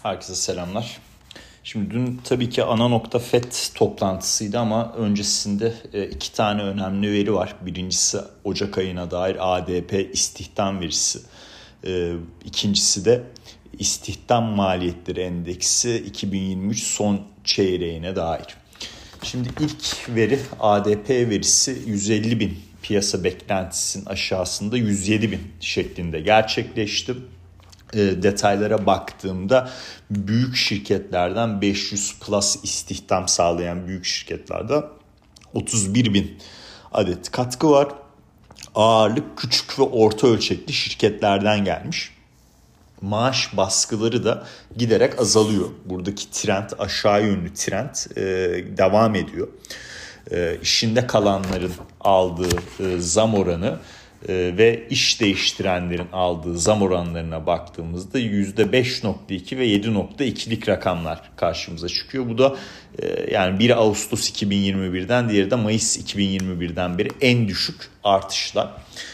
Herkese selamlar. Şimdi dün tabii ki ana nokta FED toplantısıydı ama öncesinde iki tane önemli veri var. Birincisi Ocak ayına dair ADP istihdam verisi. İkincisi de istihdam maliyetleri endeksi 2023 son çeyreğine dair. Şimdi ilk veri ADP verisi 150 bin, piyasa beklentisinin aşağısında 107 bin şeklinde gerçekleşti. Detaylara baktığımda büyük şirketlerden 500 plus istihdam sağlayan büyük şirketlerde 31 bin adet katkı var. Ağırlık küçük ve orta ölçekli şirketlerden gelmiş. Maaş baskıları da giderek azalıyor. Buradaki trend, aşağı yönlü trend devam ediyor. İşinde kalanların aldığı zam oranı ve iş değiştirenlerin aldığı zam oranlarına baktığımızda %5.2 ve 7.2'lik rakamlar karşımıza çıkıyor. Bu da yani 1 Ağustos 2021'den diğeri de Mayıs 2021'den beri en düşük artışlar.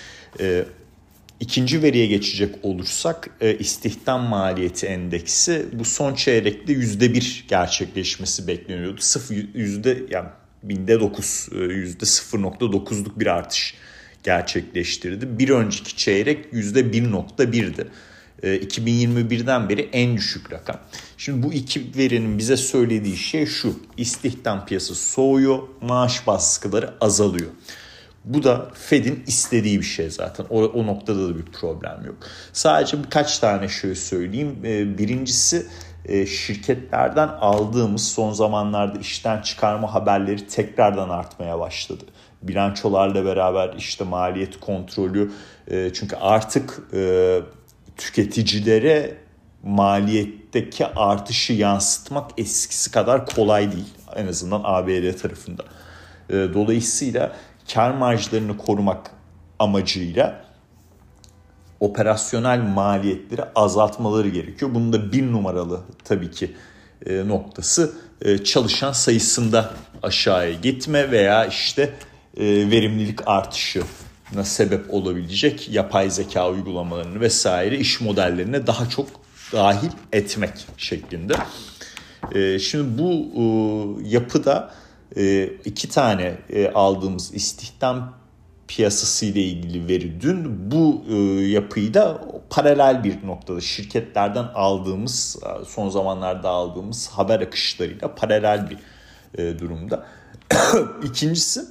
İkinci veriye geçecek olursak istihdam maliyeti endeksi bu son çeyrekte %1 gerçekleşmesi bekleniyordu. Yani binde 9, %0.9'luk bir artış gerçekleştirdi. Bir önceki çeyrek %1.1'di. 2021'den beri en düşük rakam. Şimdi bu iki verinin bize söylediği şey şu: İstihdam piyasası soğuyor, maaş baskıları azalıyor. Bu da Fed'in istediği bir şey zaten. O noktada da bir problem yok. Sadece birkaç tane şey söyleyeyim. Birincisi, şirketlerden aldığımız son zamanlarda işten çıkarma haberleri tekrardan artmaya başladı. Bilançolarla beraber işte maliyet kontrolü, çünkü artık tüketicilere maliyetteki artışı yansıtmak eskisi kadar kolay değil. En azından ABD tarafında. Dolayısıyla kar marjlarını korumak amacıyla operasyonel maliyetleri azaltmaları gerekiyor. Bunun da bir numaralı tabii ki noktası çalışan sayısında aşağıya gitme veya işte verimlilik artışına sebep olabilecek yapay zeka uygulamalarını vesaire iş modellerine daha çok dahil etmek şeklinde. Şimdi bu yapıda iki tane aldığımız istihdam piyasası ile ilgili veri dün bu yapıyla paralel bir noktada şirketlerden aldığımız, son zamanlarda aldığımız haber akışlarıyla paralel bir durumda. İkincisi,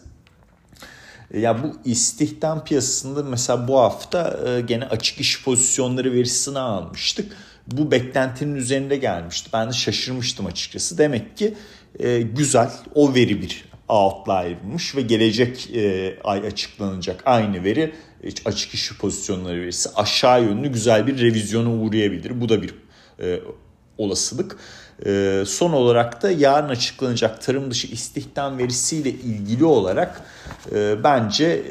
ya bu istihdam piyasasında mesela bu hafta gene açık iş pozisyonları verisini almıştık. Bu beklentinin üzerinde gelmişti. Ben de şaşırmıştım açıkçası. Demek ki güzel, o veri bir outlier'mış ve gelecek ay açıklanacak aynı veri, açık iş pozisyonları verisi aşağı yönlü güzel bir revizyona uğrayabilir. Bu da bir olasılık. Son olarak da yarın açıklanacak tarım dışı istihdam verisiyle ilgili olarak bence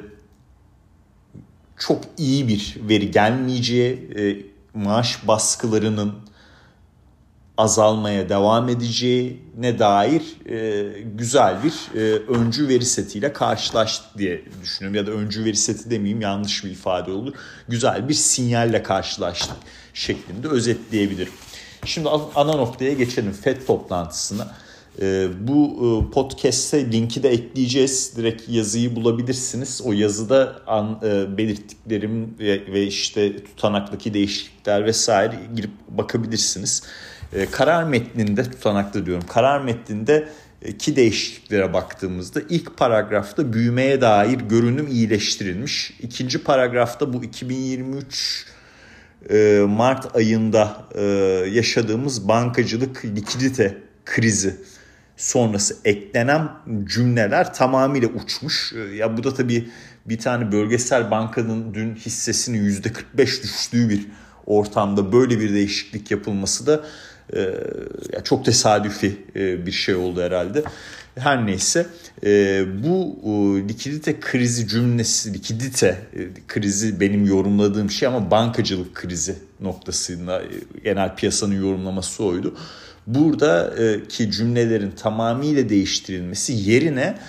çok iyi bir veri gelmeyeceği, maaş baskılarının azalmaya devam edeceğine dair güzel bir öncü veri setiyle karşılaştık diye düşünüyorum. Ya da öncü veri seti demeyeyim, yanlış bir ifade olur. Güzel bir sinyalle karşılaştık şeklinde özetleyebilirim. Şimdi ana noktaya geçelim, FED toplantısına. Bu podcast'te linki de ekleyeceğiz. Direkt yazıyı bulabilirsiniz. O yazıda belirttiklerim ve işte tutanaktaki değişiklikler vesaire girip bakabilirsiniz. Karar metninde, tutanakta diyorum, karar metnindeki değişikliklere baktığımızda ilk paragrafta büyümeye dair görünüm iyileştirilmiş. İkinci paragrafta bu 2023 Mart ayında yaşadığımız bankacılık likidite krizi sonrası eklenen cümleler tamamıyla uçmuş. Ya bu da tabii bir tane bölgesel bankanın dün hissesinin %45 düştüğü bir ortamda böyle bir değişiklik yapılması da çok tesadüfi bir şey oldu herhalde. Her neyse, bu likidite krizi cümlesi, likidite krizi benim yorumladığım şey ama bankacılık krizi noktasında genel piyasanın yorumlaması oydu. Buradaki cümlelerin tamamıyla değiştirilmesi yerine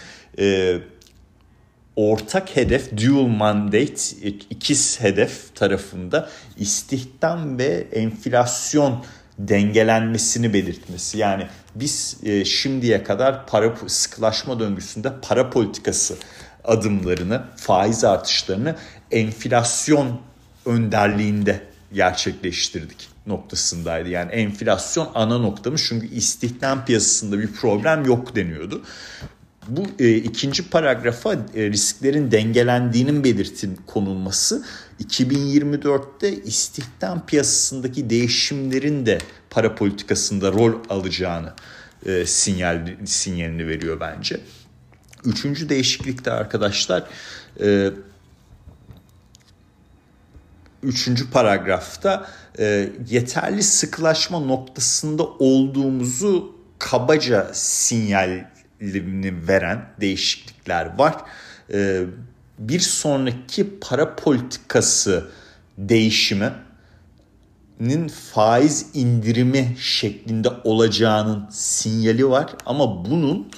ortak hedef, dual mandate, ikiz hedef tarafında istihdam ve enflasyon dengelenmesini belirtmesi. Yani biz şimdiye kadar sıkılaşma döngüsünde para politikası adımlarını, faiz artışlarını enflasyon önderliğinde gerçekleştirdik noktasındaydı. Yani enflasyon ana noktamız, çünkü istihdam piyasasında bir problem yok deniyordu. Bu ikinci paragrafa risklerin dengelendiğinin konulması 2024'te istihdam piyasasındaki değişimlerin de para politikasında rol alacağını sinyalini veriyor bence. Üçüncü değişiklikte arkadaşlar, üçüncü paragrafta yeterli sıkılaşma noktasında olduğumuzu kabaca sinyalini veren değişiklikler var. Bir sonraki para politikası değişiminin faiz indirimi şeklinde olacağının sinyali var. Ama bunun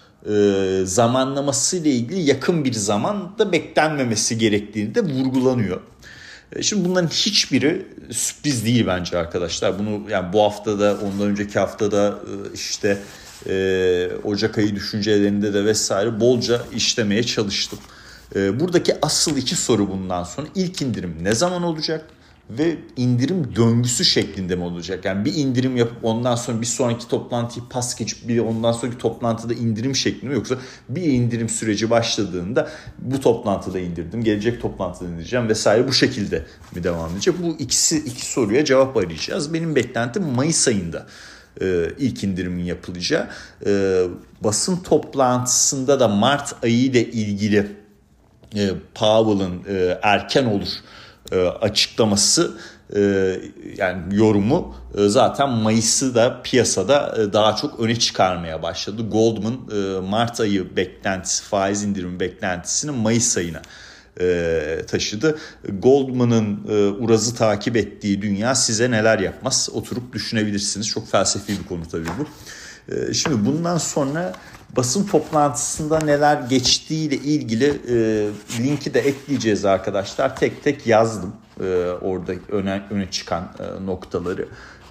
zamanlaması ile ilgili yakın bir zamanda beklenmemesi gerektiğini de vurgulanıyor. Şimdi bunların hiçbiri sürpriz değil bence arkadaşlar. Bunu yani bu haftada, ondan önceki haftada işte Ocak ayı düşüncelerinde de vesaire bolca işlemeye çalıştım. Buradaki asıl iki soru bundan sonra: ilk indirim ne zaman olacak ve indirim döngüsü şeklinde mi olacak? Yani bir indirim yapıp ondan sonra bir sonraki toplantıyı pas geçip bir ondan sonraki toplantıda indirim şeklinde mi, yoksa bir indirim süreci başladığında bu toplantıda indirdim, gelecek toplantıda indireceğim vesaire, bu şekilde mi devam edecek? Bu iki soruya cevap arayacağız. Benim beklentim Mayıs ayında ilk indirimin yapılacağı. Basın toplantısında da Mart ayı ile ilgili Powell'ın erken olur açıklaması, yani yorumu zaten Mayıs'ı da piyasada daha çok öne çıkarmaya başladı. Goldman Mart ayı beklentisi, faiz indirimi beklentisini Mayıs ayına taşıdı. Goldman'ın Uraz'ı takip ettiği dünya size neler yapmaz, oturup düşünebilirsiniz. Çok felsefi bir konu tabii bu. Şimdi bundan sonra basın toplantısında neler geçtiğiyle ilgili linki de ekleyeceğiz arkadaşlar. Tek tek yazdım orada öne çıkan noktaları.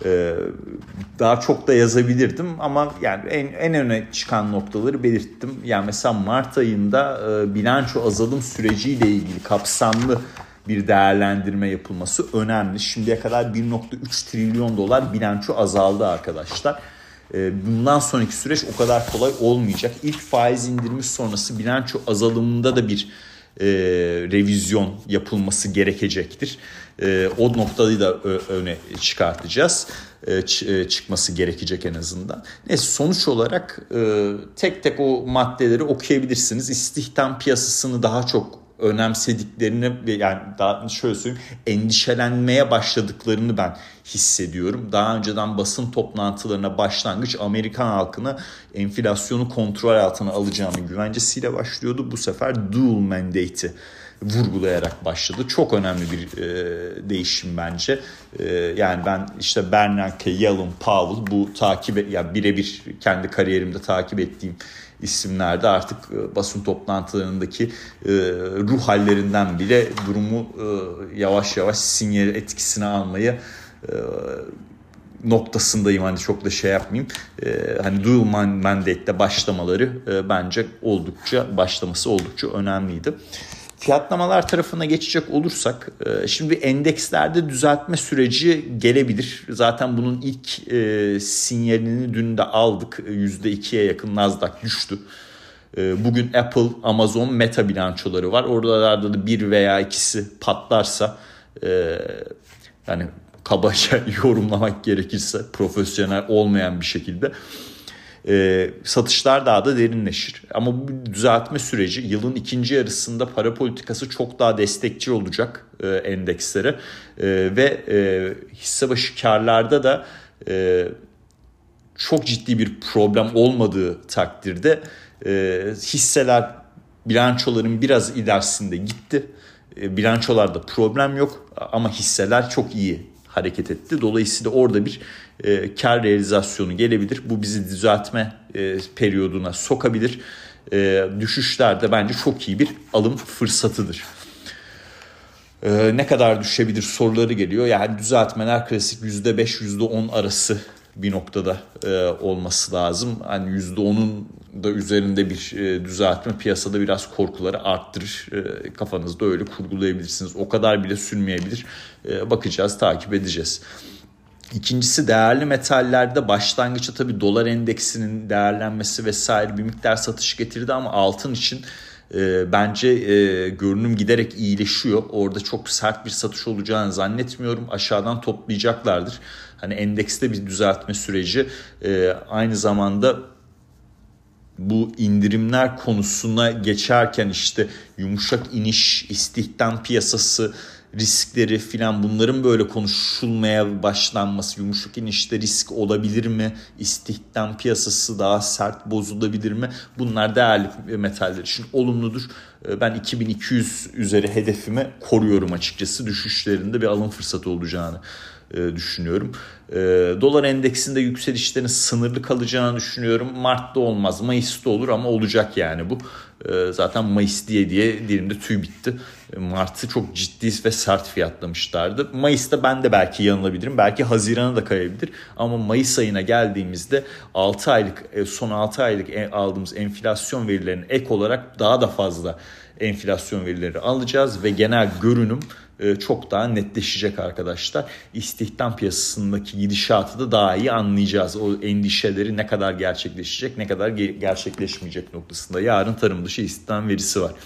Daha çok da yazabilirdim ama yani en öne çıkan noktaları belirttim. Yani mesela Mart ayında bilanço azalım süreciyle ilgili kapsamlı bir değerlendirme yapılması önemli. Şimdiye kadar 1.3 trilyon dolar bilanço azaldı arkadaşlar. Bundan sonraki süreç o kadar kolay olmayacak. İlk faiz indirimi sonrası bilanço azalımında da bir revizyon yapılması gerekecektir. O noktayı da öne çıkartacağız. Çıkması gerekecek en azından. Neyse, sonuç olarak tek tek o maddeleri okuyabilirsiniz. İstihdam piyasasını daha çok önemsediklerini ve yani daha şöyle söyleyeyim, endişelenmeye başladıklarını ben hissediyorum. Daha önceden basın toplantılarına başlangıç Amerikan halkına enflasyonu kontrol altına alacağının güvencesiyle başlıyordu. Bu sefer dual mandate'i vurgulayarak başladı. Çok önemli bir değişim bence. Yani ben işte Bernanke, Yellen, Powell, bu yani birebir kendi kariyerimde takip ettiğim isimlerde artık basın toplantılarındaki ruh hallerinden bile durumu yavaş yavaş sinyal etkisine almayı noktasındayım. Hani çok da şey yapmayayım. Hani dual mandate'le başlamaları bence başlaması oldukça önemliydi. Fiyatlamalar tarafına geçecek olursak, şimdi endekslerde düzeltme süreci gelebilir. Zaten bunun ilk sinyalini dün de aldık. %2'ye yakın Nasdaq düştü. Bugün Apple, Amazon, Meta bilançoları var. Oralarda da bir veya ikisi patlarsa, yani kabaca yorumlamak gerekirse profesyonel olmayan bir şekilde, satışlar daha da derinleşir. Ama bu düzeltme süreci yılın ikinci yarısında para politikası çok daha destekçi olacak endekslere ve hisse başı karlarda da çok ciddi bir problem olmadığı takdirde hisseler bilançoların biraz ilerisinde gitti. Bilançolarda problem yok ama hisseler çok iyi hareket etti. Dolayısıyla orada bir kar realizasyonu gelebilir. Bu bizi düzeltme periyoduna sokabilir. Düşüşlerde bence çok iyi bir alım fırsatıdır. Ne kadar düşebilir soruları geliyor. Yani düzeltmeler klasik %5, %10 arası bir noktada olması lazım. Hani %10'un da üzerinde bir düzeltme piyasada biraz korkuları arttırır. Kafanızda öyle kurgulayabilirsiniz. O kadar bile sürmeyebilir. Bakacağız, takip edeceğiz. İkincisi, değerli metallerde başlangıçta tabii dolar endeksinin değerlenmesi vesaire bir miktar satış getirdi ama altın için bence görünüm giderek iyileşiyor. Orada çok sert bir satış olacağını zannetmiyorum. Aşağıdan toplayacaklardır. Hani endekste bir düzeltme süreci aynı zamanda bu indirimler konusuna geçerken işte yumuşak iniş, istihdam piyasası riskleri filan, bunların böyle konuşulmaya başlanması, yumuşak inişte risk olabilir mi? İstihdam piyasası daha sert bozulabilir mi? Bunlar değerli metaller için olumludur. Ben 2200 üzeri hedefimi koruyorum açıkçası. Düşüşlerinde bir alım fırsatı olacağını düşünüyorum. Dolar endeksinde yükselişlerin sınırlı kalacağını düşünüyorum. Mart'ta olmaz, Mayıs'ta olur ama olacak yani bu. Zaten Mayıs diye dilimde tüy bitti. Mart'ı çok ciddi ve sert fiyatlamışlardı. Mayıs'ta ben de belki yanılabilirim. Belki Haziran'a da kayabilir. Ama Mayıs ayına geldiğimizde 6 aylık, son 6 aylık aldığımız enflasyon verilerine ek olarak daha da fazla enflasyon verileri alacağız ve genel görünüm çok daha netleşecek arkadaşlar. İstihdam piyasasındaki gidişatı da daha iyi anlayacağız. O endişeleri ne kadar gerçekleşecek, ne kadar gerçekleşmeyecek noktasında. Yarın tarım dışı istihdam verisi var.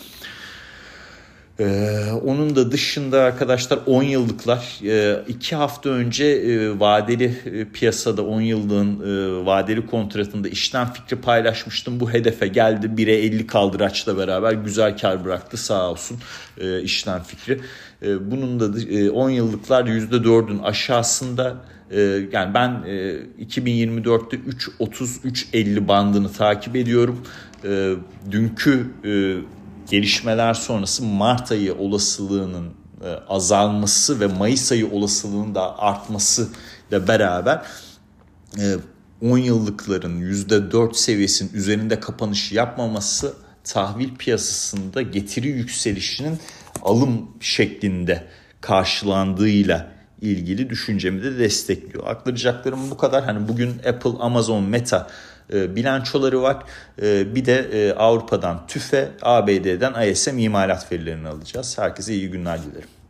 Onun da dışında arkadaşlar 10 yıllıklar 2 hafta önce vadeli piyasada 10 yıllığın vadeli kontratında işlem fikri paylaşmıştım. Bu hedefe geldi. 1'e 50 kaldıraçla beraber güzel kar bıraktı sağ olsun işlem fikri. Bunun da 10 yıllıklar %4'ün aşağısında. Yani ben 2024'te 3.30-3.50 bandını takip ediyorum. Dünkü gelişmeler sonrası Mart ayı olasılığının azalması ve Mayıs ayı olasılığının da artması ile beraber 10 yıllıkların %4 seviyesinin üzerinde kapanış yapmaması tahvil piyasasında getiri yükselişinin alım şeklinde karşılandığıyla ilgili düşüncemi de destekliyor. Aktaracaklarım bu kadar. Hani bugün Apple, Amazon, Meta bilançoları var. Bir de Avrupa'dan TÜFE, ABD'den ISM imalat verilerini alacağız. Herkese iyi günler dilerim.